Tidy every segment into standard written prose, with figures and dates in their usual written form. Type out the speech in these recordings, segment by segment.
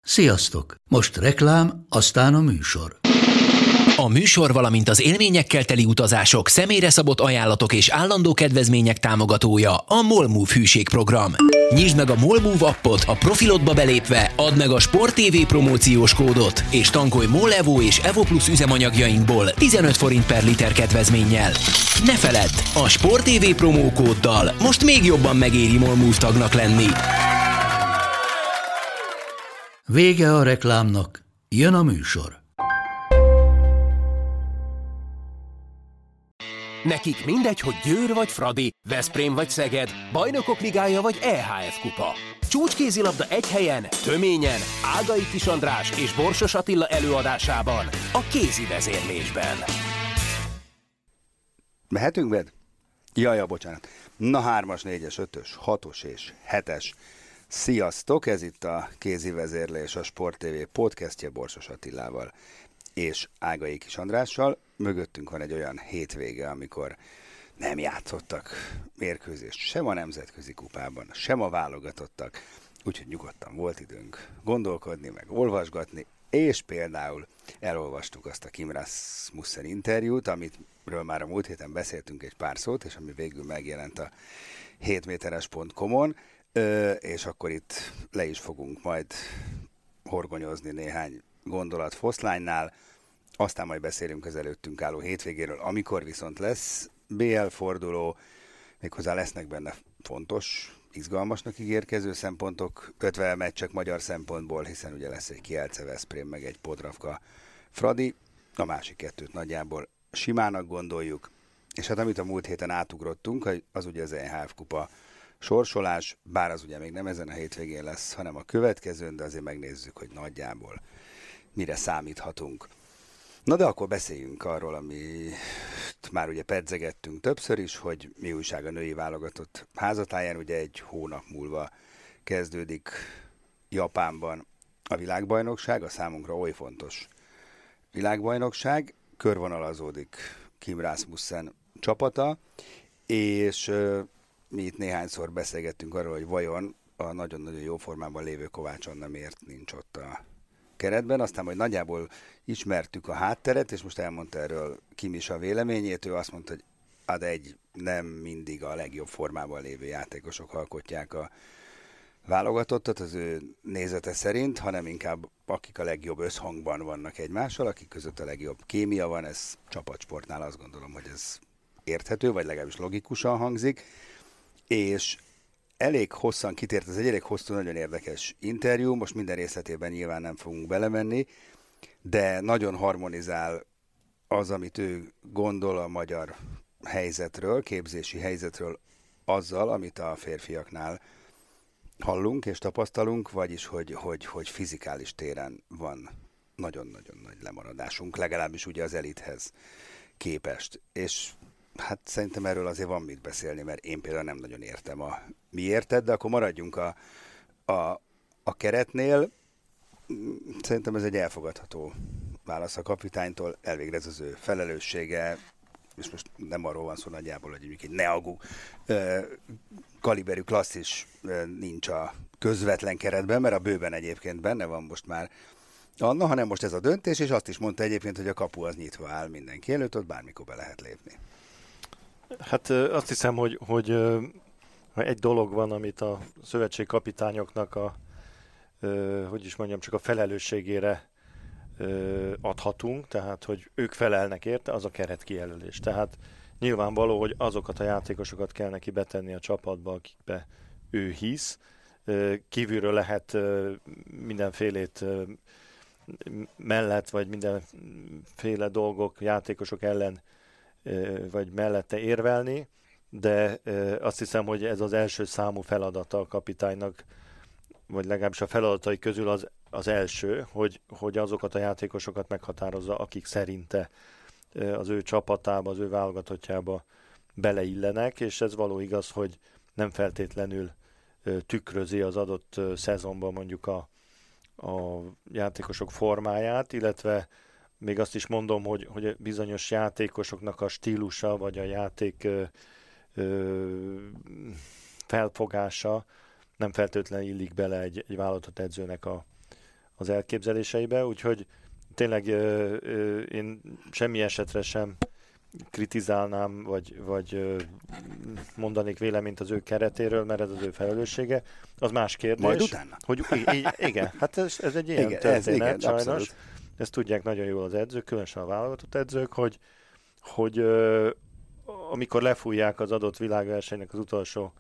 Sziasztok! Most reklám, aztán a műsor. A műsor, valamint az élményekkel teli utazások, személyre szabott ajánlatok és állandó kedvezmények támogatója a MOL Move hűségprogram. Nyisd meg a MOL Move appot, a profilodba belépve add meg a Sport TV promóciós kódot, és tankolj MOL Evo és Evo Plus üzemanyagjainkból 15 forint per liter kedvezménnyel. Ne feledd, a Sport TV promókóddal most még jobban megéri MOL Move tagnak lenni. Vége a reklámnak, jön a műsor. Nekik mindegy, hogy Győr vagy Fradi, Veszprém vagy Szeged, Bajnokok Ligája vagy EHF kupa. Csúcskézilabda egy helyen, töményen, Ágai Kis András és Borsos Attila előadásában, a kézi vezérlésben. Mehetünk bed? Jaj, bocsánat. Na 3-as, 4-es, 5-ös, 6-os és 7-es. Sziasztok, ez itt a kézi vezérlés, a Sport TV podcastje Borsos Attilával és Ágai Kis Andrással. Mögöttünk van egy olyan hétvége, amikor nem játszottak mérkőzést sem a nemzetközi kupában, sem a válogatottak, úgyhogy nyugodtan volt időnk gondolkodni, meg olvasgatni, és például elolvastuk azt a Kim Rasmussen interjút, amitről már a múlt héten beszéltünk egy pár szót, és ami végül megjelent a 7méteres.com-on, és akkor itt le is fogunk majd horgonyozni néhány gondolat Foszlánynál, aztán majd beszélünk az előttünk álló hétvégéről, amikor viszont lesz BL forduló, méghozzá lesznek benne fontos, izgalmasnak ígérkező szempontok, 50 meccsek magyar szempontból, hiszen ugye lesz egy Kielce Veszprém, meg egy Podravka Fradi, a másik kettőt nagyjából simának gondoljuk, és hát amit a múlt héten átugrottunk, az ugye az EHF kupa sorsolás, bár az ugye még nem ezen a hétvégén lesz, hanem a következőn, de azért megnézzük, hogy nagyjából mire számíthatunk. Na de akkor beszéljünk arról, amit már ugye pedzegettünk többször is, hogy mi újság a női válogatott házatáján, ugye egy hónap múlva kezdődik Japánban a világbajnokság, a számunkra oly fontos világbajnokság, körvonalazódik Kim Rasmussen csapata, és mi itt néhányszor beszélgettünk arról, hogy vajon a nagyon-nagyon jó formában lévő Kovács Anna miért nincs ott a keretben, aztán majd nagyjából ismertük a hátteret, és most elmondta erről Kim is a véleményét, ő azt mondta, hogy nem mindig a legjobb formában lévő játékosok alkotják a válogatottat az ő nézete szerint, hanem inkább akik a legjobb összhangban vannak egymással, akik között a legjobb kémia van, ez csapatsportnál azt gondolom, hogy ez érthető, vagy legalábbis logikusan hangzik, és elég hosszan kitért, ez egy elég hosszú, nagyon érdekes interjú, most minden részletében nyilván nem fogunk belemenni, de nagyon harmonizál az, amit ő gondol a magyar helyzetről, képzési helyzetről azzal, amit a férfiaknál hallunk és tapasztalunk, vagyis, hogy fizikális téren van nagyon-nagyon nagy lemaradásunk, legalábbis ugye az elithez képest. És hát szerintem erről azért van mit beszélni, mert én például nem nagyon értem a miértet, de akkor maradjunk a keretnél. Szerintem ez egy elfogadható válasz a kapitánytól, elvégre ez az ő felelőssége, és most nem arról van szó nagyjából, hogy egy Neagu kaliberű klasszis nincs a közvetlen keretben, mert a bőven egyébként benne van most már Anna, hanem most ez a döntés, és azt is mondta egyébként, hogy a kapu az nyitva áll mindenki előtt, ott bármikor be lehet lépni. Hát azt hiszem, hogy egy dolog van, amit a szövetségkapitányoknak csak a felelősségére adhatunk, tehát hogy ők felelnek érte, az a keretkijelölés. Tehát nyilvánvaló, hogy azokat a játékosokat kell neki betenni a csapatba, akikbe ő hisz. Kívülről lehet mindenfélét mellett, vagy mindenféle dolgok, játékosok ellen vagy mellette érvelni, de azt hiszem, hogy ez az első számú feladata a kapitánynak, vagy legalábbis a feladatai közül az első, hogy azokat a játékosokat meghatározza, akik szerinte az ő csapatába, az ő válogatottjába beleillenek, és ez való igaz, hogy nem feltétlenül tükrözi az adott szezonban mondjuk a játékosok formáját, illetve még azt is mondom, hogy bizonyos játékosoknak a stílusa, vagy a játék felfogása nem feltétlenül illik bele egy válogatott edzőnek az elképzeléseibe, úgyhogy tényleg én semmi esetre sem kritizálnám, vagy mondanék véleményt az ő keretéről, mert ez az ő felelőssége. Az más kérdés. Majd utána? Hogy, igen, hát ez egy ilyen igen, történet, sajnos. Abszolút. Ezt tudják nagyon jól az edzők, különösen a válogatott edzők, hogy amikor lefújják az adott világversenynek az utolsó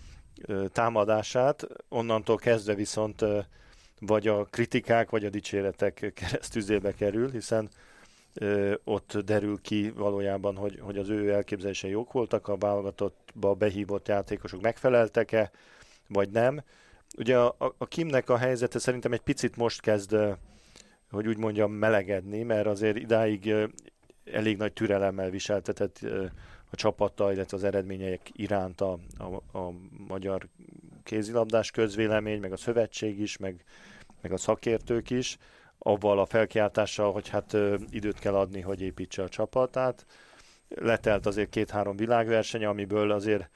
támadását, onnantól kezdve viszont vagy a kritikák, vagy a dicséretek keresztüzébe kerül, hiszen ott derül ki valójában, hogy az ő elképzelései jók voltak, a válogatottba behívott játékosok megfeleltek-e, vagy nem. Ugye a Kimnek a helyzete szerintem egy picit most kezd, hogy úgy mondjam, melegedni, mert azért idáig elég nagy türelemmel viseltetett a csapata, illetve az eredmények iránt a magyar kézilabdás közvélemény, meg a szövetség is, meg a szakértők is, avval a felkiáltással, hogy hát időt kell adni, hogy építse a csapatát. Letelt azért 2-3 világverseny, amiből azért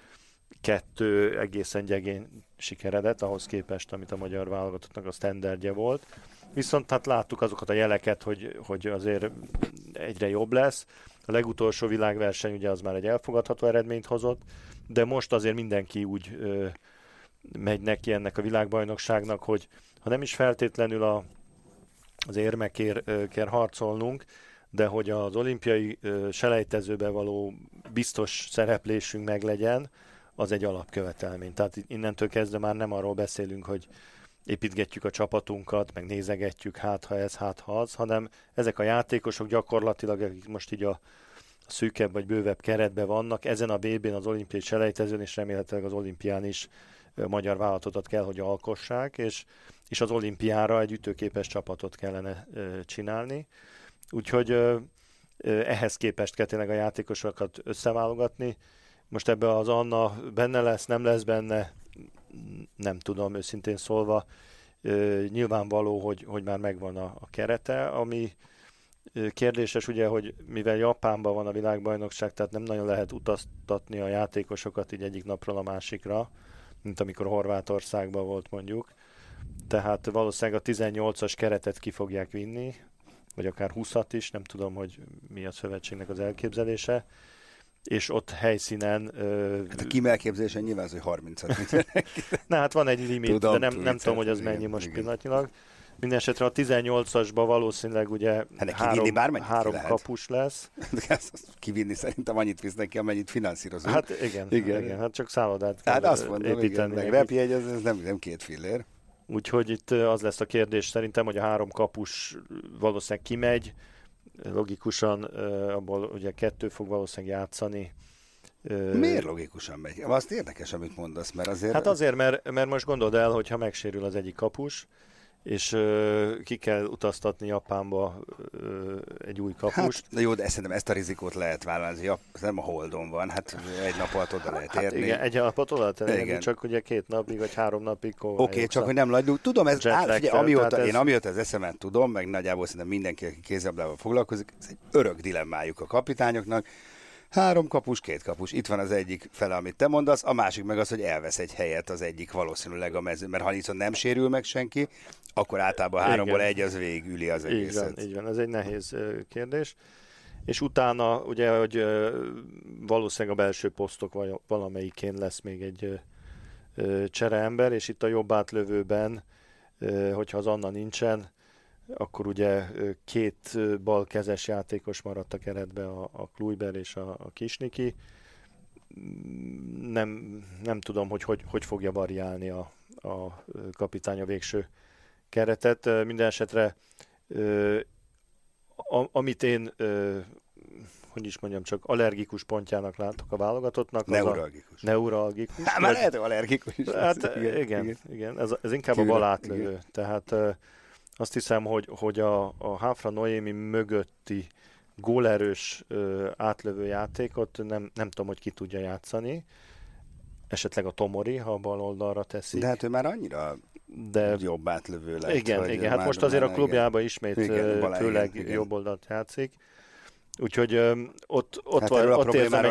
2 egészen gyengén sikeredett, ahhoz képest, amit a magyar válogatottnak a sztenderdje volt. Viszont hát láttuk azokat a jeleket, hogy azért egyre jobb lesz. A legutolsó világverseny ugye az már egy elfogadható eredményt hozott, de most azért mindenki úgy megy neki ennek a világbajnokságnak, hogy ha nem is feltétlenül az érmekért kell harcolnunk, de hogy az olimpiai selejtezőbe való biztos szereplésünk meglegyen, az egy alapkövetelmény. Tehát innentől kezdve már nem arról beszélünk, hogy építgetjük a csapatunkat, meg nézegetjük, hát ha ez, hát ha az, hanem ezek a játékosok gyakorlatilag, akik most így a szűkebb vagy bővebb keretben vannak, ezen a BB-n, az olimpiai selejtezőn, és remélhetőleg az olimpián is magyar válogatotat kell, hogy alkossák, és az olimpiára egy ütőképes csapatot kellene csinálni. Úgyhogy ehhez képest kell tényleg a játékosokat összeválogatni. Most ebbe az Anna benne lesz, nem lesz benne, nem tudom őszintén szólva. Nyilvánvaló, hogy már megvan a kerete, ami kérdéses ugye, hogy mivel Japánban van a világbajnokság, tehát nem nagyon lehet utaztatni a játékosokat így egyik napról a másikra, mint amikor Horvátországban volt mondjuk. Tehát valószínűleg a 18-as keretet ki fogják vinni, vagy akár 20-at is, nem tudom, hogy mi a szövetségnek az elképzelése, és ott helyszínen... Hát a Kim elképzelése nyilván az, hogy 30-at. Na hát van egy limit, tudom, de nem tudom, hogy az mennyi most pillanatnyilag. Mindenesetre a 18-asba valószínűleg ugye három kapus lesz. Kivinni szerintem annyit visznek ki, amennyit finanszírozunk. Hát igen, hát csak szállodát kell azt mondom, építeni. Meg repjegy, ez nem 2 fillér. Úgyhogy itt az lesz a kérdés szerintem, hogy a 3 kapus valószínűleg kimegy, logikusan abból ugye 2 fog valószínűleg játszani. Miért logikusan megy? Azt érdekes, amit mondasz, mert azért... Hát azért, mert most gondold el, hogyha megsérül az egyik kapus, és ki kell utaztatni Japánba egy új kapust. Hát, jó, de szerintem ezt a rizikót lehet vállalni, ez nem a Holdon van, hát egy nap alatt oda lehet érni. Igen, egy napot oda lehet érni, csak ugye 2 napig, vagy 3 napig. Oké, csak hogy nem lagyunk. Tudom, ez amióta az eszemen tudom, meg nagyjából szerintem mindenki, aki kézilabdával foglalkozik, ez egy örök dilemmájuk a kapitányoknak. 3 kapus, 2 kapus. Itt van az egyik fele, amit te mondasz, a másik meg az, hogy elvesz egy helyet az egyik valószínűleg a mezőn, mert ha viszont nem sérül meg senki, akkor általában 3-ból 1 az végigüli az egészet. Így van, ez egy nehéz kérdés. És utána ugye, hogy valószínűleg a belső posztok valamelyikén lesz még egy csereember, és itt a jobb átlövőben, hogyha az Anna nincsen, akkor ugye 2 balkezes játékos maradt a keretbe, a Kluiber és a Kisniki. Nem tudom, hogy fogja variálni a kapitány a végső keretet. Minden esetre, amit én, hogy is mondjam, csak allergikus pontjának látok a válogatottnak. Neuralgikus. Hát már lehet allergikus is. Hát igen. Ez inkább a bal átlövő. Tehát azt hiszem, hogy a Háfra Noémi mögötti gólerős átlövő játékot nem tudom, hogy ki tudja játszani. Esetleg a Tomori, ha a bal oldalra teszik. De hát ő már annyira jobb átlövő lett. Igen, hát most azért a klubjában ismét főleg jobb oldalt játszik. Úgyhogy ott érzem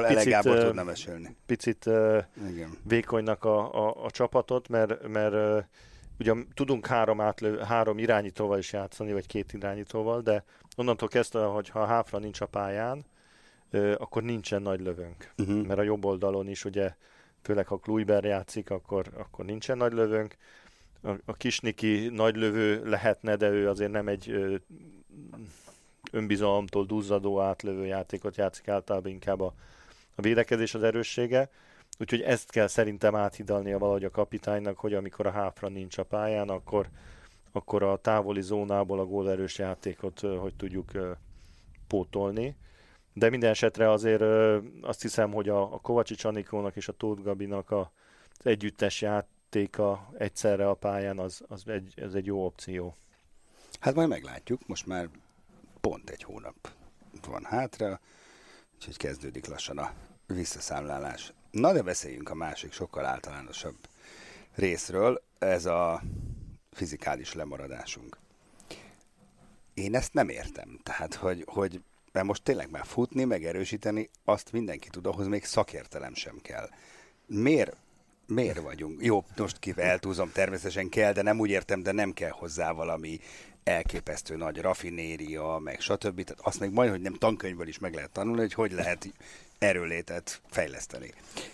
egy picit vékonynak a csapatot, mert ugye tudunk három irányítóval is játszani, vagy 2 irányítóval, de onnantól kezdve, hogy ha a háfra nincs a pályán, akkor nincsen nagy lövőnk. Mert a jobb oldalon is, ugye, főleg ha Kluivert játszik, akkor nincsen nagy lövőnk. A Kisniki nagy lövő lehetne, de ő azért nem egy önbizalomtól duzzadó átlövő játékot játszik, általában inkább a védekezés az erőssége. Úgyhogy ezt kell szerintem áthidalnia valahogy a kapitánynak, hogy amikor a háfra nincs a pályán, akkor a távoli zónából a gólerős játékot hogy tudjuk pótolni. De minden esetre azért azt hiszem, hogy a Kovácsics Anikónak és a Tóth Gabinak az együttes játéka egyszerre a pályán, ez egy jó opció. Hát majd meglátjuk, most már pont egy hónap van hátra, úgyhogy kezdődik lassan a visszaszámlálás. Na de beszéljünk a másik, sokkal általánosabb részről, ez a fizikális lemaradásunk. Én ezt nem értem, tehát hogy mert most tényleg már futni, megerősíteni, azt mindenki tud, ahhoz még szakértelem sem kell. Miért vagyunk? Jó, most eltúzom, természetesen kell, de nem úgy értem, de nem kell hozzá valami elképesztő nagy raffinéria, meg stb. Tehát azt még majd, hogy nem tankönyvből is meg lehet tanulni, hogy lehet erőlétet fejleszteni.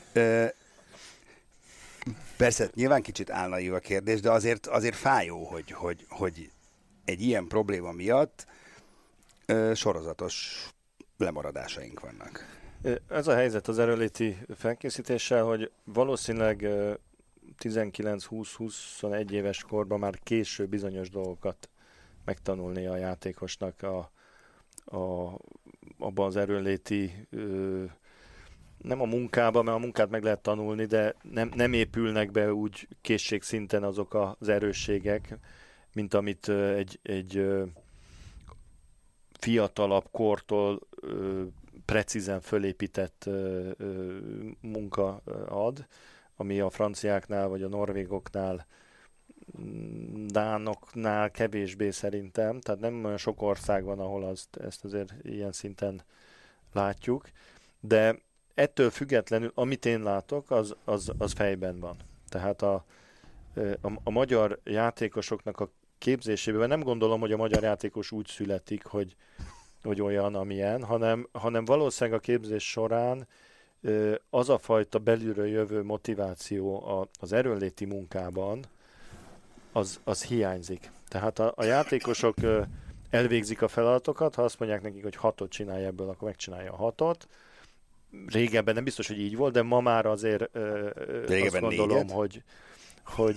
Persze, nyilván kicsit álnaív a kérdés, de azért fájó, hogy egy ilyen probléma miatt sorozatos lemaradásaink vannak. Ez a helyzet az erőléti felkészítéssel, hogy valószínűleg 19-20-21 éves korban már késő bizonyos dolgokat megtanulni a játékosnak abban az erőléti, nem a munkában, mert a munkát meg lehet tanulni, de nem épülnek be úgy készségszinten azok az erősségek, mint amit egy fiatalabb kortól precízen fölépített munka ad, ami a franciáknál vagy a norvégoknál, dánoknál kevésbé szerintem, tehát nem olyan sok ország van, ahol ezt azért ilyen szinten látjuk, de ettől függetlenül, amit én látok, az fejben van. Tehát a magyar játékosoknak a képzésében nem gondolom, hogy a magyar játékos úgy születik, hogy olyan, amilyen, hanem valószínűleg a képzés során az a fajta belülről jövő motiváció az erőnléti munkában, az hiányzik. Tehát a játékosok elvégzik a feladatokat, ha azt mondják nekik, hogy 6-ot csinálja ebből, akkor megcsinálja a 6-ot. Régebben nem biztos, hogy így volt, de ma már azért azt gondolom, hogy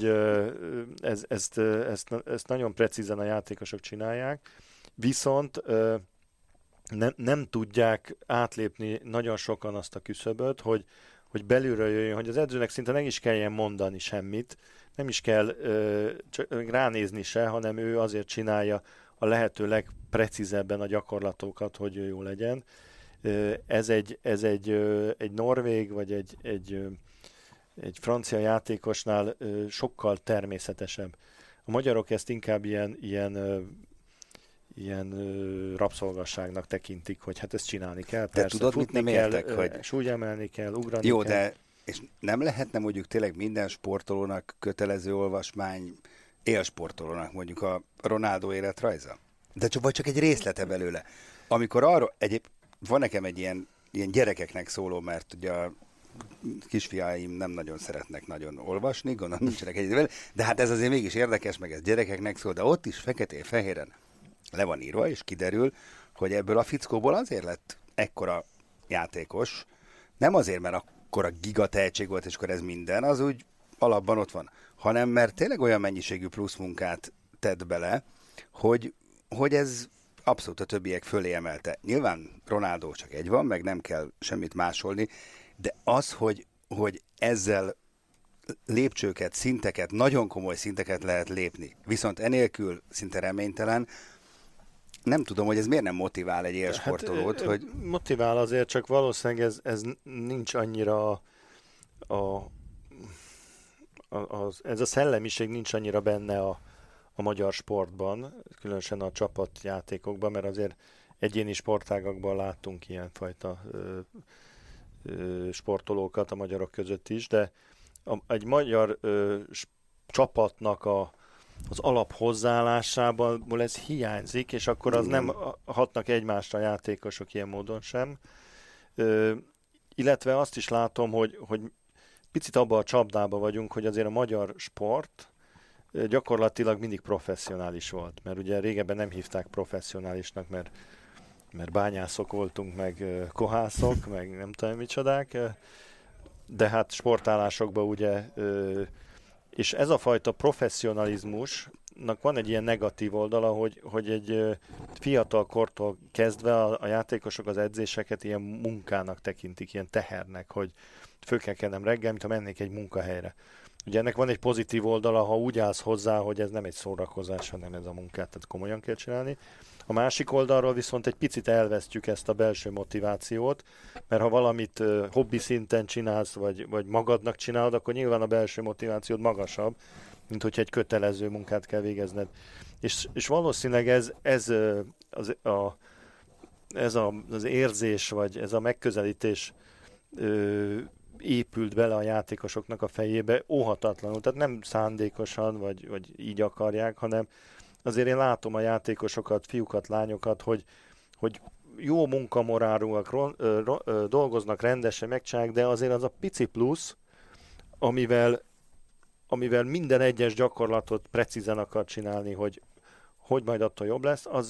ezt nagyon precízen a játékosok csinálják, viszont nem tudják átlépni nagyon sokan azt a küszöböt, hogy belülről jöjjön, hogy az edzőnek szinte nem is kelljen mondani semmit, nem is kell ránézni se, hanem ő azért csinálja a lehető legprecízebben a gyakorlatokat, hogy jó legyen. Ez egy norvég, vagy egy francia játékosnál sokkal természetesebb. A magyarok ezt inkább ilyen rabszolgasságnak tekintik, hogy hát ezt csinálni kell. De persze, tudod, mit nem értek, hogy súlyemelni kell, ugrani jó, kell. De és nem lehetne mondjuk tényleg minden sportolónak kötelező olvasmány, élsportolónak mondjuk a Ronaldo életrajza? De csak egy részlete belőle. Amikor arról, van nekem egy ilyen gyerekeknek szóló, mert ugye a kisfiáim nem nagyon szeretnek nagyon olvasni, gondolom nincsenek egyedül, de hát ez azért mégis érdekes, meg ez gyerekeknek szól, de ott is feketén-fehéren le van írva, és kiderül, hogy ebből a fickóból azért lett ekkora játékos, nem azért, mert akkora gigatehetség volt, és akkor ez minden, az úgy alapban ott van, hanem mert tényleg olyan mennyiségű plusz munkát tett bele, hogy ez abszolút a többiek fölé emelte. Nyilván Ronaldo csak egy van, meg nem kell semmit másolni, de az, hogy ezzel lépcsőket, szinteket, nagyon komoly szinteket lehet lépni, viszont enélkül szinte reménytelen, nem tudom, hogy ez miért nem motivál egy élsportolót, hogy... Motivál azért, csak valószínűleg ez nincs annyira ez a szellemiség nincs annyira benne a magyar sportban, különösen a csapatjátékokban, mert azért egyéni sportágakban láttunk ilyenfajta sportolókat a magyarok között is, de egy magyar csapatnak az alap hozzáállásából ez hiányzik, és akkor az nem hatnak egymásra a játékosok ilyen módon sem. Illetve azt is látom, hogy picit abban a csapdában vagyunk, hogy azért a magyar sport gyakorlatilag mindig professzionális volt, mert ugye régebben nem hívták professzionálisnak, mert bányászok voltunk, meg kohászok, meg nem tudom micsodák, de hát sportállásokban ugye, és ez a fajta professzionalizmusnak van egy ilyen negatív oldala, hogy egy fiatal kortól kezdve a játékosok az edzéseket ilyen munkának tekintik, ilyen tehernek, hogy föl kell kelnem reggel, mint ha mennék egy munkahelyre. Ugye ennek van egy pozitív oldala, ha úgy állsz hozzá, hogy ez nem egy szórakozás, hanem ez a munkát, tehát komolyan kell csinálni. A másik oldalról viszont egy picit elvesztjük ezt a belső motivációt, mert ha valamit hobbi szinten csinálsz, vagy magadnak csinálod, akkor nyilván a belső motivációd magasabb, mint hogyha egy kötelező munkát kell végezned. És valószínűleg ez az érzés, vagy ez a megközelítés épült bele a játékosoknak a fejébe óhatatlanul, tehát nem szándékosan, vagy így akarják, hanem azért én látom a játékosokat, fiúkat, lányokat, hogy jó munkamorálúak, dolgoznak rendesen, megcsinálják, de azért az a pici plusz, amivel minden egyes gyakorlatot precízen akar csinálni, hogy majd attól jobb lesz, az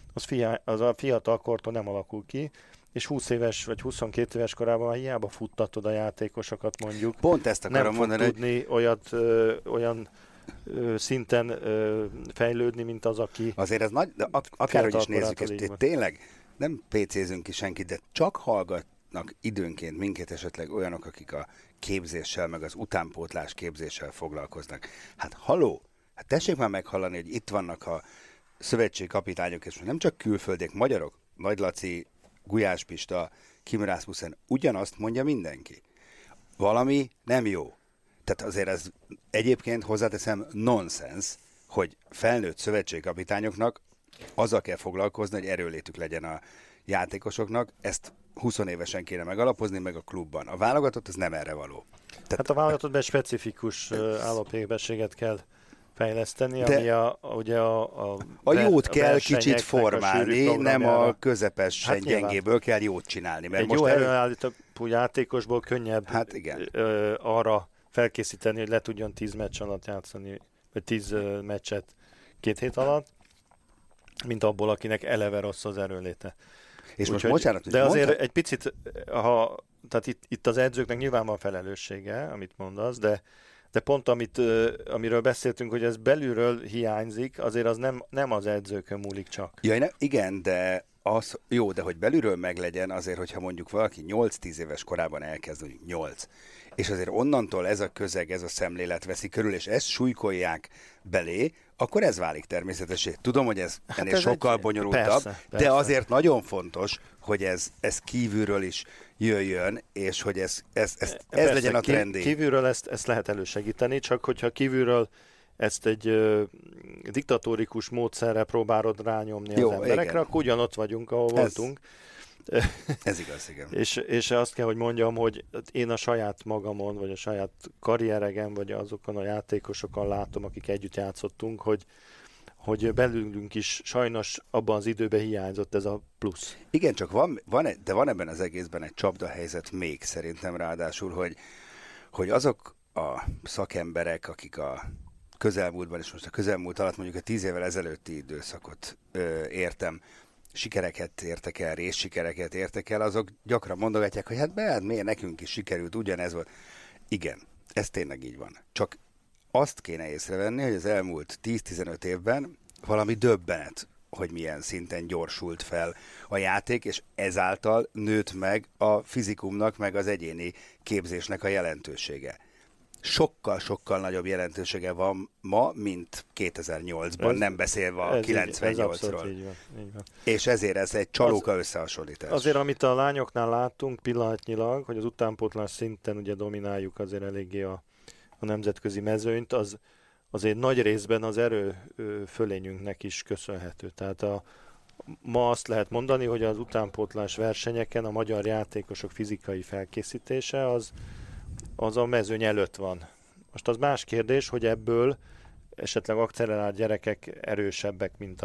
a fiatal kortól nem alakul ki, és 20 éves vagy 22 éves korában hiába futtatod a játékosokat, mondjuk. Pont ezt akarom mondani, nem fog tudni olyan szinten fejlődni, mint az, aki... Azért ez nagy, de akárhogy is nézzük, és tényleg nem PC-zünk ki senkit, de csak hallgatnak időnként minket esetleg olyanok, akik a képzéssel, meg az utánpótlás képzéssel foglalkoznak. Hát halló, hát tessék már meghallani, hogy itt vannak a szövetségkapitányok, és nem csak külföldiek, magyarok, Nagy Laci, Gulyás Pista, Kim Rasmussen, ugyanazt mondja mindenki. Valami nem jó. Tehát azért ez egyébként hozzáteszem nonsens, hogy felnőtt szövetségkapitányoknak azzal kell foglalkozni, hogy erőlétük legyen a játékosoknak, ezt 20 évesen kéne megalapozni, meg a klubban. A válogatott az nem erre való. Tehát, hát a válogatottban specifikus állóképességet kell fejleszteni, ami a jót kell kicsit formálni, nem a közepesen gyengéből kell jót csinálni. Mert egy most jó előállító játékosból könnyebb arra felkészíteni, hogy le tudjon 10 meccs alatt játszani, vagy 10 meccset 2 hét alatt, mint abból, akinek eleve rossz az erőléte. És most bocsánat, de azért egy picit, tehát itt az edzőknek nyilván van felelőssége, amit mondasz, de pont amiről beszéltünk, hogy ez belülről hiányzik, azért az nem az edzőkön múlik csak. Ja, igen, de az jó, de hogy belülről meglegyen azért, hogyha mondjuk valaki 8-10 éves korában elkezd, mondjuk 8, és azért onnantól ez a közeg, ez a szemlélet veszi körül, és ezt súlykolják belé, akkor ez válik természetesé. Tudom, hogy ez ennél sokkal bonyolultabb, persze. De azért nagyon fontos, hogy ez kívülről is jöjjön, és hogy ez legyen a trendi. Kívülről ezt lehet elősegíteni, csak hogyha kívülről ezt egy diktatórikus módszerrel próbálod rányomni az emberekre, igen. Akkor ugyanott vagyunk, ahol voltunk. Ez igaz, igen. És azt kell, hogy mondjam, hogy én a saját magamon, vagy a saját karrieregen, vagy azokon a játékosokon látom, akik együtt játszottunk, hogy belülünk is sajnos abban az időben hiányzott ez a plusz. Igen, csak van ebben az egészben egy csapdahelyzet még szerintem ráadásul, hogy azok a szakemberek, akik a közelmúltban, és most a közelmúlt alatt mondjuk a 10 évvel ezelőtti időszakot értem, sikereket értek el, részsikereket értek el, azok gyakran mondogatják, hogy hát miért nekünk is sikerült, ugyanez volt. Igen, ez tényleg így van. Csak azt kéne észrevenni, hogy az elmúlt 10-15 évben valami döbbenet, hogy milyen szinten gyorsult fel a játék, és ezáltal nőtt meg a fizikumnak, meg az egyéni képzésnek a jelentősége. Sokkal nagyobb jelentősége van ma, mint 2008-ban, nem beszélve a 98-ról. Így van. És ezért ez egy csalóka összehasonlítás. Azért, amit a lányoknál láttunk pillanatnyilag, hogy az utánpótlás szinten ugye domináljuk azért eléggé a nemzetközi mezőnyt, az azért nagy részben az erő fölényünknek is köszönhető. Tehát ma azt lehet mondani, hogy az utánpótlás versenyeken a magyar játékosok fizikai felkészítése az a mezőny előtt van. Most az más kérdés, hogy ebből esetleg accelerált gyerekek erősebbek, mint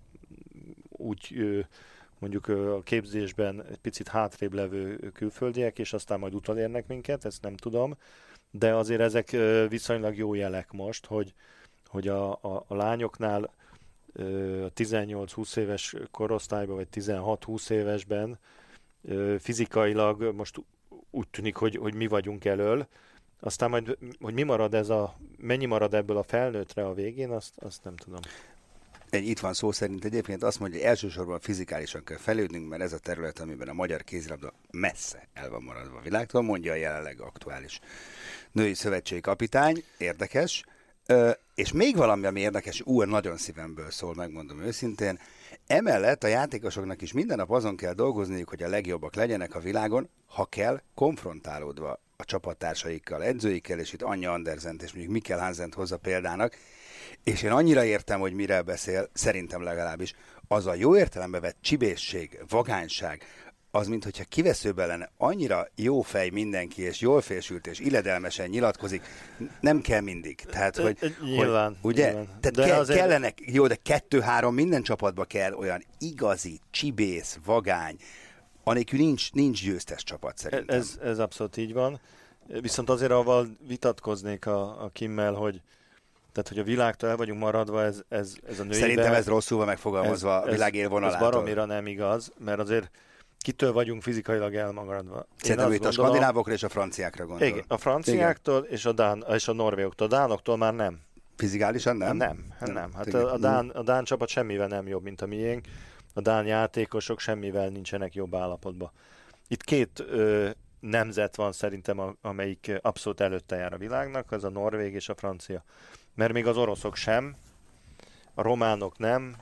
mondjuk a képzésben egy picit hátrébb levő külföldiek, és aztán majd utolérnek minket, ezt nem tudom, de azért ezek viszonylag jó jelek most, hogy a lányoknál a 18-20 éves korosztályban, vagy 16-20 évesben fizikailag most úgy tűnik, hogy mi vagyunk elől, aztán majd, hogy mennyi marad ebből a felnőttre a végén, azt nem tudom. Itt van szó szerint egyébként azt mondja, hogy elsősorban fizikálisan kell fejlődnünk, mert ez a terület, amiben a magyar kézilabda messze el van maradva a világtól, mondja a jelenleg aktuális női szövetségi kapitány. Érdekes. És még valami, ami érdekes, nagyon szívemből szól, megmondom őszintén. Emellett a játékosoknak is minden nap azon kell dolgozniuk, hogy a legjobbak legyenek a világon, ha kell, konfrontálódva a csapattársaikkal, edzőikkel, és itt Anja Andersent és mondjuk Mikkel Hansent hozza példának, és én annyira értem, hogy mire beszél, szerintem legalábbis, az a jó értelembe vett csibészség, vagányság, az, mintha kiveszőben lenne, annyira jó fej mindenki, és jól félsült, és illedelmesen nyilatkozik, nem kell mindig. Tehát, nyilván. Ugye? Nyilván. Tehát kellenek, jó, de 2-3 minden csapatba kell olyan igazi, csibész, vagány, anélkül nincs győztes csapat szerintem. Ez abszolút így van. Viszont azért avval vitatkoznék a Kimmel, hogy a világtól el vagyunk maradva, ez a nőiben... Szerintem ez rosszul van megfogalmazva a világ élvonalától. Ez baromira nem igaz, mert azért kitől vagyunk fizikailag elmaradva? Szerintem itt a skandinávokra és a franciákra gondol. Igen, a franciáktól és a norvégoktól. A dánoktól már nem. Fizikálisan nem? Nem. Hát a dán csapat semmivel nem jobb, mint a miénk. A dán játékosok semmivel nincsenek jobb állapotban. Itt két nemzet van szerintem, amelyik abszolút előtte jár a világnak, az a norvég és a francia. Mert még az oroszok sem, a románok nem,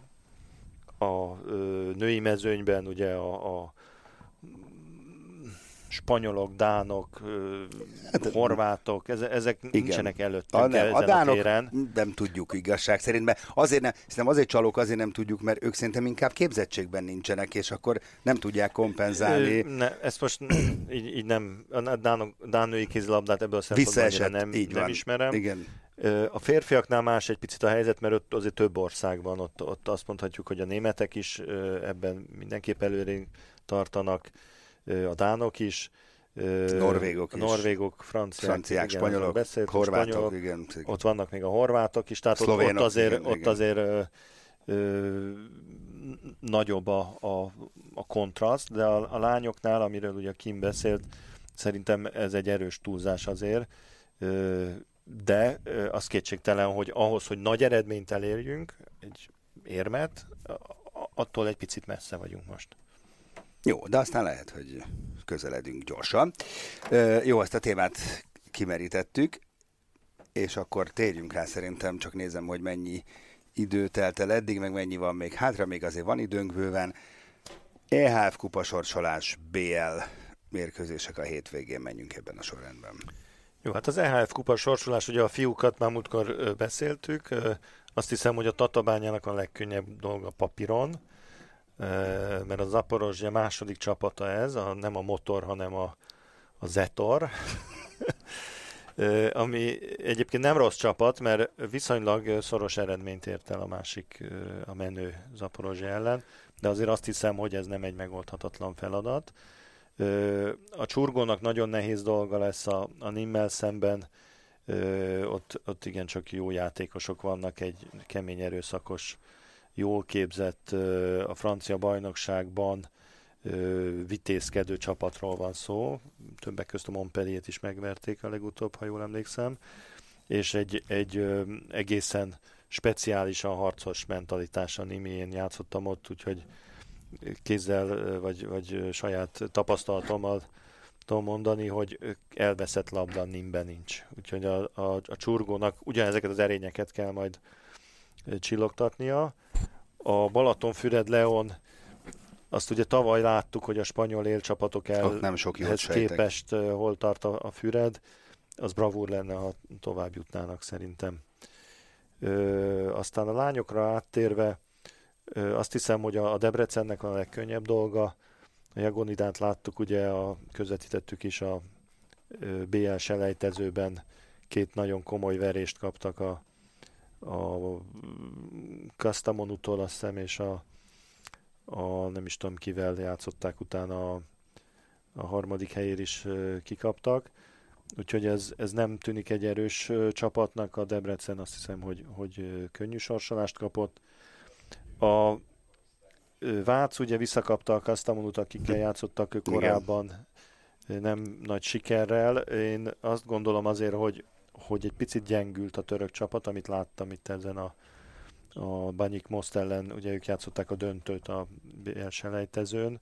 a női mezőnyben ugye a spanyolok, dánok, horvátok, ezek nincsenek előttünk ezen a téren. Nem tudjuk igazság szerint, mert azért csalók, azért nem tudjuk, mert ők szerintem inkább képzettségben nincsenek, és akkor nem tudják kompenzálni. Ezt most így nem, a dán női kézilabdát ebből a szempontból nem ismerem. Igen. A férfiaknál más egy picit a helyzet, mert ott azért több ország van, ott azt mondhatjuk, hogy a németek is ebben mindenképp előrébb tartanak, a dánok is, norvégok, franciák, igen, spanyolok, horvátok, igen. Ott vannak még a horvátok is, tehát szlovénok, ott azért nagyobb a kontraszt, de a lányoknál, amiről ugye Kim beszélt, szerintem ez egy erős túlzás azért, de az kétségtelen, hogy ahhoz, hogy nagy eredményt elérjünk, egy érmet, attól egy picit messze vagyunk most. Jó, de aztán lehet, hogy közeledünk gyorsan. Jó, ezt a témát kimerítettük, és akkor térjünk rá, szerintem csak nézem, hogy mennyi idő telt el eddig, meg mennyi van még hátra, még azért van időnk bőven. EHF kupasorsolás, BL mérkőzések a hétvégén, menjünk ebben a sorrendben. Jó, hát az EHF kupa sorsolás, ugye a fiúkat már múltkor beszéltük, azt hiszem, hogy a Tatabányának a legkönnyebb dolga papíron, mert a Zaporozsja második csapata ez, nem a Motor, hanem a Zetor, ami egyébként nem rossz csapat, mert viszonylag szoros eredményt ért el a menő Zaporozsja ellen, de azért azt hiszem, hogy ez nem egy megoldhatatlan feladat. A Csurgónak nagyon nehéz dolga lesz a Nimmel szemben, ott igencsak jó játékosok vannak, egy kemény erőszakos, jól képzett, a francia bajnokságban vitézkedő csapatról van szó, többek közt a Montpellier-t is megverték a legutóbb, ha jól emlékszem, és egy egészen speciálisan harcos mentalitása Nimi, én játszottam ott, úgyhogy kézzel vagy saját tapasztalatommal tudom mondani, hogy elveszett labda Nimben nincs. Úgyhogy a Csurgónak ugyanezeket az erényeket kell majd csillogtatnia. A Balatonfüred Leon, azt ugye tavaly láttuk, hogy a spanyol élcsapatok ehhez képest hol tart a Füred, az bravúr lenne, ha tovább jutnának szerintem. Aztán a lányokra áttérve, azt hiszem, hogy a Debrecennek a legkönnyebb dolga. A Jagonidát láttuk, ugye közvetítettük is a BL selejtezőben, két nagyon komoly verést kaptak Kastamonutól azt hiszem, és a nem is tudom kivel játszották utána a harmadik helyér is kikaptak. Úgyhogy ez nem tűnik egy erős csapatnak, a Debrecen azt hiszem, hogy könnyű sorsolást kapott. A Vác ugye visszakapta a Kastamonut, akikkel játszottak ők korábban, nem nagy sikerrel. Én azt gondolom azért, hogy egy picit gyengült a török csapat, amit láttam itt ezen a Banyik Most ellen, ugye ők játszották a döntőt a BL selejtezőn.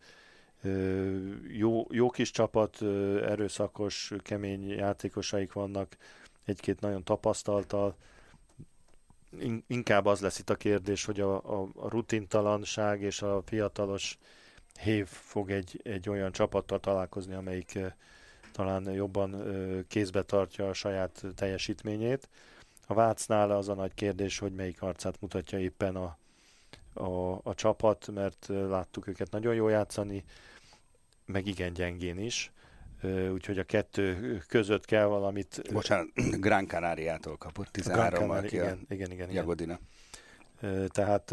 Jó kis csapat, erőszakos, kemény játékosaik vannak, egy-két nagyon tapasztalttal. Inkább az lesz itt a kérdés, hogy a rutintalanság és a fiatalos Hév fog egy olyan csapattal találkozni, amelyik talán jobban kézbe tartja a saját teljesítményét. A Vácnál az a nagy kérdés, hogy melyik arcát mutatja éppen a csapat, mert láttuk őket nagyon jól játszani, meg igen gyengén is. Úgyhogy a kettő között kell valamit... Bocsánat, Gran Canaria-tól kapott 13-mal ki igen. Jagodina. Tehát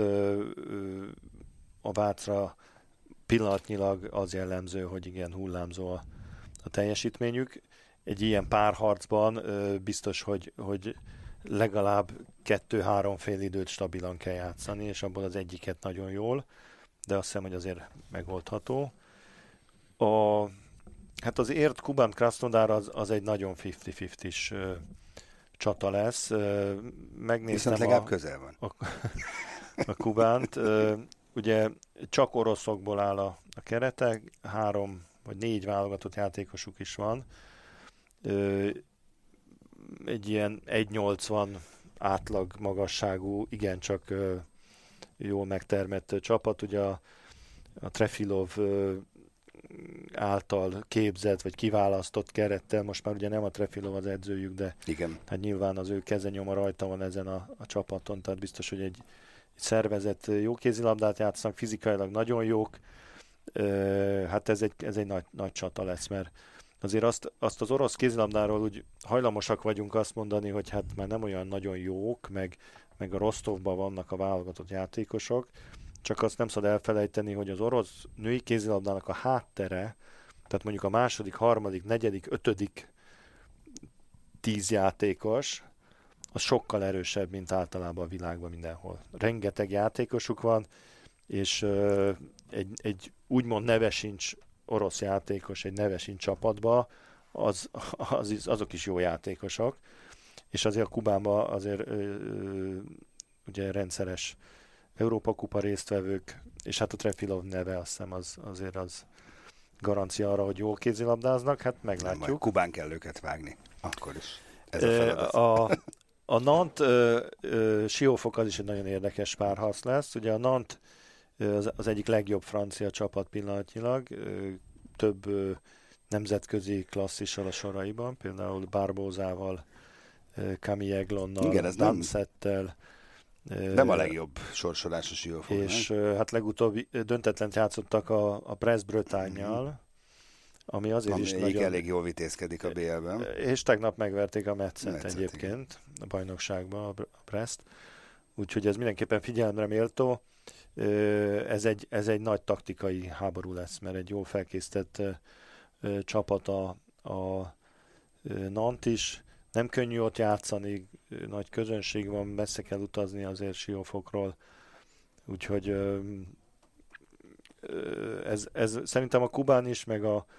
a Vácra pillanatnyilag az jellemző, hogy igen, hullámzó a teljesítményük. Egy ilyen párharcban biztos, hogy legalább 2-3 fél időt stabilan kell játszani, és abból az egyiket nagyon jól, de azt hiszem, hogy azért megoldható. Hát az ért Kubant Krasnodar az egy nagyon 50-50-s csata lesz. Megnéztem viszont legalább közel van. A Kubánt. Ugye csak oroszokból áll a kerete, 3 vagy 4 válogatott játékosuk is van. Egy ilyen 1,80 átlag magasságú, igencsak jól megtermett csapat. Ugye a Trefilov által képzett vagy kiválasztott kerettel, most már ugye nem a Trefilov az edzőjük, de igen. Hát nyilván az ő kezenyoma rajta van ezen a csapaton, tehát biztos, hogy egy szervezett jó kézilabdát játszanak, fizikailag nagyon jók. Hát ez egy nagy csata lesz, mert azért azt az orosz kézilabdáról úgy hajlamosak vagyunk azt mondani, hogy hát már nem olyan nagyon jók, meg a Rostovban vannak a válogatott játékosok, csak azt nem szabad elfelejteni, hogy az orosz női kézilabdának a háttere, tehát mondjuk a második, harmadik, negyedik, ötödik 10 játékos, az sokkal erősebb, mint általában a világban mindenhol. Rengeteg játékosuk van, és egy úgymond neve sincs orosz játékos egy neve sincs csapatba, azok is jó játékosok, és azért a Kubánban azért ugye rendszeres Európa-kupa résztvevők, és hát a Trefilov neve azt hiszem azért az garancia arra, hogy jól kézilabdáznak, hát meglátjuk. Nem, Kubán kell őket vágni, akkor is. Ez a feladat. A Nant Siófok az is egy nagyon érdekes párharc lesz. Ugye a Nant az egyik legjobb francia csapat pillanatnyilag, több nemzetközi klasszissal a soraiban, például Barbózával, Camille Eglonnal, Dansettel. Nem a legjobb sorsolás a Siófok. És hát legutóbb döntetlent játszottak a Brest-Bretagne-nyal, ami azért is nagyon... elég jól vitézkedik a BL-ben. És tegnap megverték a Metszet egyébként, igen. A bajnokságban a Brest. Úgyhogy ez mindenképpen figyelemre méltó. Ez egy nagy taktikai háború lesz, mert egy jól felkészített csapat a Nant is. Nem könnyű ott játszani, nagy közönség van, messze kell utazni azért Siófokról. Úgyhogy ez szerintem a Kubán is, meg a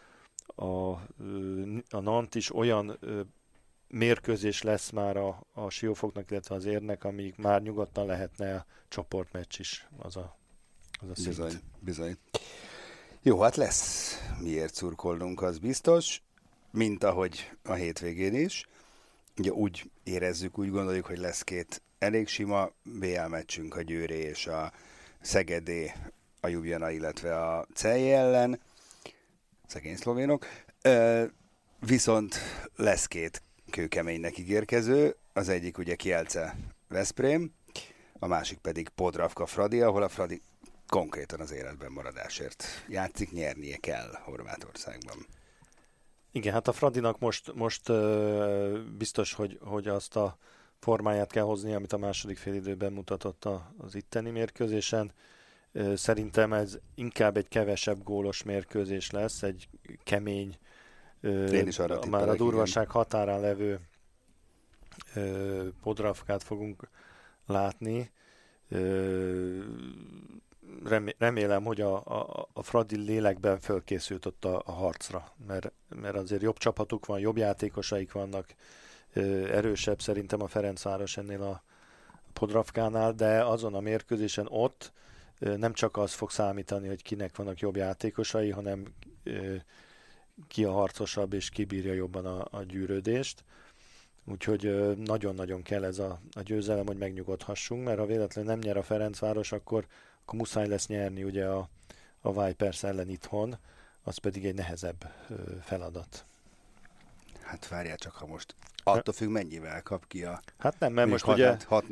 Nant is olyan mérkőzés lesz már a Siófoknak, illetve az érnek, amíg már nyugodtan lehetne a csoportmeccs is az a szint. Bizony. Jó, hát lesz miért szurkolnunk, az biztos, mint ahogy a hétvégén is. Ugye úgy érezzük, úgy gondoljuk, hogy lesz 2 elég sima BL meccsünk, a Győri és a Szegedé, a Ljubljana, illetve a Celje ellen. Szegény szlovénok. Viszont lesz 2 kőkeménynek ígérkező, az egyik ugye Kielce Veszprém, a másik pedig Podravka Fradi, ahol a Fradi konkrétan az életben maradásért játszik, nyernie kell Horvátországban. Igen, hát a Fradinak most biztos, hogy azt a formáját kell hozni, amit a második félidőben mutatott az itteni mérkőzésen. Szerintem ez inkább egy kevesebb gólos mérkőzés lesz, egy kemény, már a durvaság határán levő Podravkát fogunk látni. Remélem, hogy a Fradi lélekben fölkészült ott a harcra, mert azért jobb csapatuk van, jobb játékosaik vannak, erősebb szerintem a Ferencváros ennél a Podravkánál, de azon a mérkőzésen ott nem csak az fog számítani, hogy kinek vannak jobb játékosai, hanem ki a harcosabb és ki bírja jobban a gyűrődést. Úgyhogy nagyon-nagyon kell ez a győzelem, hogy megnyugodhassunk, mert ha véletlenül nem nyer a Ferencváros, akkor muszáj lesz nyerni ugye a Vipers ellen itthon, az pedig egy nehezebb feladat. Hát várjál csak, ha most attól függ, mennyivel kap ki a... Hát nem, mert most ugye...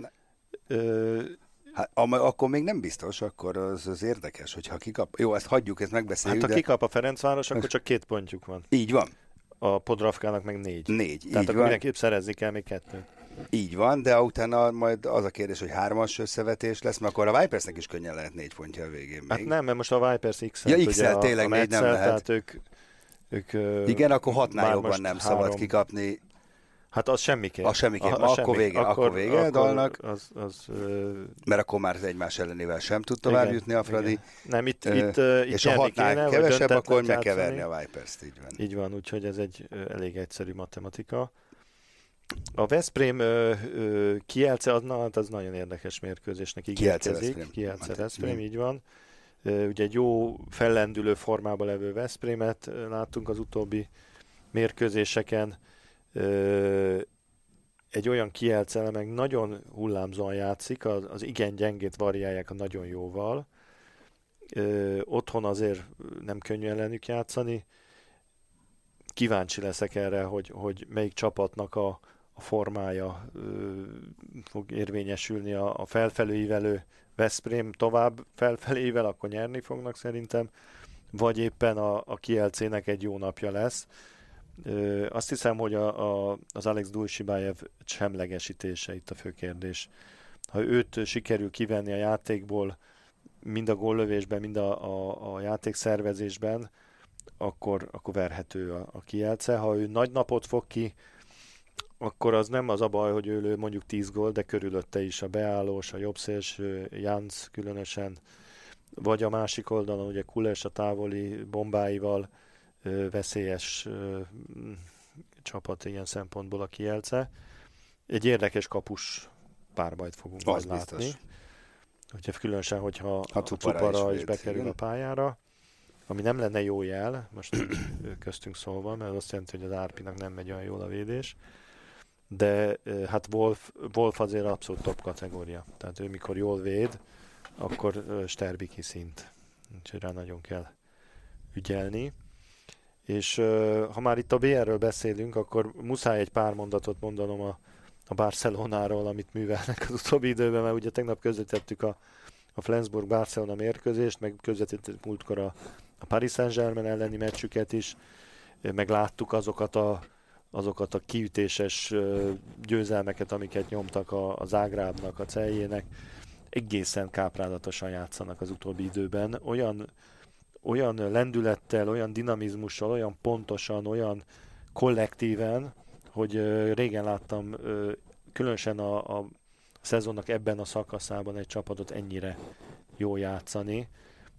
Hát, akkor még nem biztos, akkor az érdekes, hogyha kikap... Jó, ezt hagyjuk, ezt megbeszéljük. Hát ha kikap a Ferencváros, akkor csak 2 pontjuk van. Így van. A Podravkának meg 4. 4, tehát így akkor van. mindenképp szerezni kell még 2. Így van, de utána majd az a kérdés, hogy 3-as összevetés lesz, mert akkor a Vipersnek is könnyen lehet 4 pontja a végén még. Hát nem, mert most a Vipers X-el. Ja, X-el tényleg még nem lehet. Tehát ők igen, akkor 6-nál jobban nem szabad kikapni. Hát az semmiképp. Az semmiképp. Akkor vége a dalnak. Mert akkor már az egymás ellenével sem tud tovább jutni a Fradi. Igen. Nem, itt és a 6-nál kevesebb, akkor meg kell verni a Vipers-t. Így van. Így van, úgyhogy ez egy elég egyszerű matematika. A Veszprém Kielce, az nagyon érdekes mérkőzésnek ígérkezik. Kielce Veszprém, így van. Ugye egy jó fellendülő formában levő Veszprémet láttunk az utóbbi mérkőzéseken. Egy olyan Kielce meg nagyon hullámzóan játszik, az igen gyengét variálják a nagyon jóval. Otthon azért nem könnyű ellenük játszani. Kíváncsi leszek erre, hogy melyik csapatnak a formája fog érvényesülni. A felfelé ívelő Veszprém tovább felfelé ível, akkor nyerni fognak szerintem, vagy éppen a Kielcének egy jó napja lesz. Azt hiszem, hogy az Alex Dulcibájev semlegesítése itt a fő kérdés. Ha őt sikerül kivenni a játékból, mind a góllövésben, mind a játékszervezésben, akkor verhető a Kielce. Ha ő nagy napot fog ki, akkor az nem az a baj, hogy ő lő mondjuk 10 gól, de körülötte is a beállós, a jobbszélső, Jánc különösen, vagy a másik oldalon ugye Kules a távoli bombáival veszélyes csapat ilyen szempontból a Kielce. Egy érdekes kapus párbajt fogunk majd látni. Ugye különösen, hogyha a Cupara is bekerül a pályára, ami nem lenne jó jel, most köztünk szólva, mert azt jelenti, hogy az Árpinak nem megy olyan jól a védés. De hát Wolf azért abszolút top kategória. Tehát ő mikor jól véd, akkor Sterbiki szint. Úgyhogy rá nagyon kell ügyelni. És ha már itt a BR-ről beszélünk, akkor muszáj egy pár mondatot mondanom a Barcelonáról, amit művelnek az utóbbi időben, mert ugye tegnap közvetítettük a Flensburg-Barcelona mérkőzést, meg közvetítettük múltkor a Paris Saint-Germain elleni meccsüket is, meg láttuk azokat a kiütéses győzelmeket, amiket nyomtak a Zágrábnak, a Celjének. Egészen káprázatosan játszanak az utóbbi időben. Olyan lendülettel, olyan dinamizmussal, olyan pontosan, olyan kollektíven, hogy régen láttam különösen a szezonnak ebben a szakaszában egy csapatot ennyire jól játszani.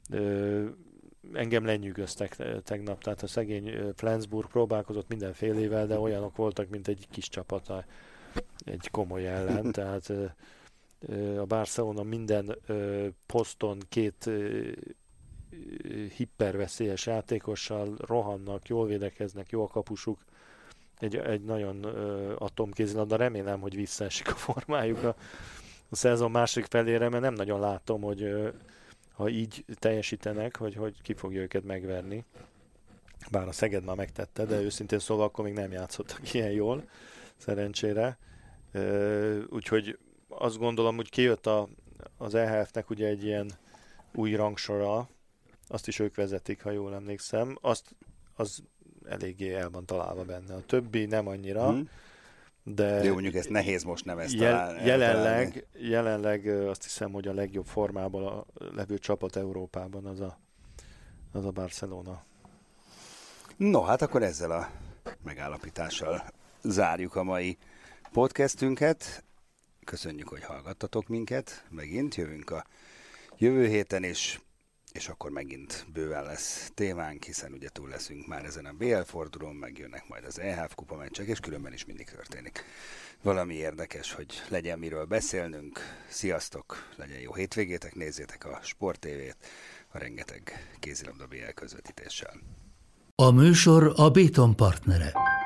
Engem lenyűgöztek tegnap, tehát a szegény Flensburg próbálkozott mindenfélével, de olyanok voltak, mint egy kis csapata egy komoly ellen, tehát a Barcelona minden poszton 2 hiperveszélyes játékossal rohannak, jól védekeznek, jó a kapusuk, egy nagyon atomkézilabda, remélem, hogy visszaesik a formájuk a szezon másik felére, mert nem nagyon látom, hogy ha így teljesítenek, hogy ki fogja őket megverni. Bár a Szeged már megtette, de őszintén szólva akkor még nem játszottak ilyen jól, szerencsére. Úgyhogy azt gondolom, hogy kijött az EHF-nek ugye egy ilyen új rangsora, azt is ők vezetik, ha jól emlékszem, az eléggé el van találva benne. A többi nem annyira, De jó, mondjuk ezt nehéz most nem ezt jelenleg azt hiszem, hogy a legjobb formában a levő csapat Európában az a Barcelona. No, hát akkor ezzel a megállapítással zárjuk a mai podcastünket. Köszönjük, hogy hallgattatok minket. Megint jövünk a jövő héten is, és akkor megint bőven lesz témánk, hiszen ugye túl leszünk már ezen a BL fordulón, megjönnek majd az EHF kupa meccsek, és különben is mindig történik valami érdekes, hogy legyen miről beszélnünk. Sziasztok, legyen jó hétvégétek, nézzétek a Sport TV-t a rengeteg kézilabda BL közvetítéssel. A műsor a Béton partnere.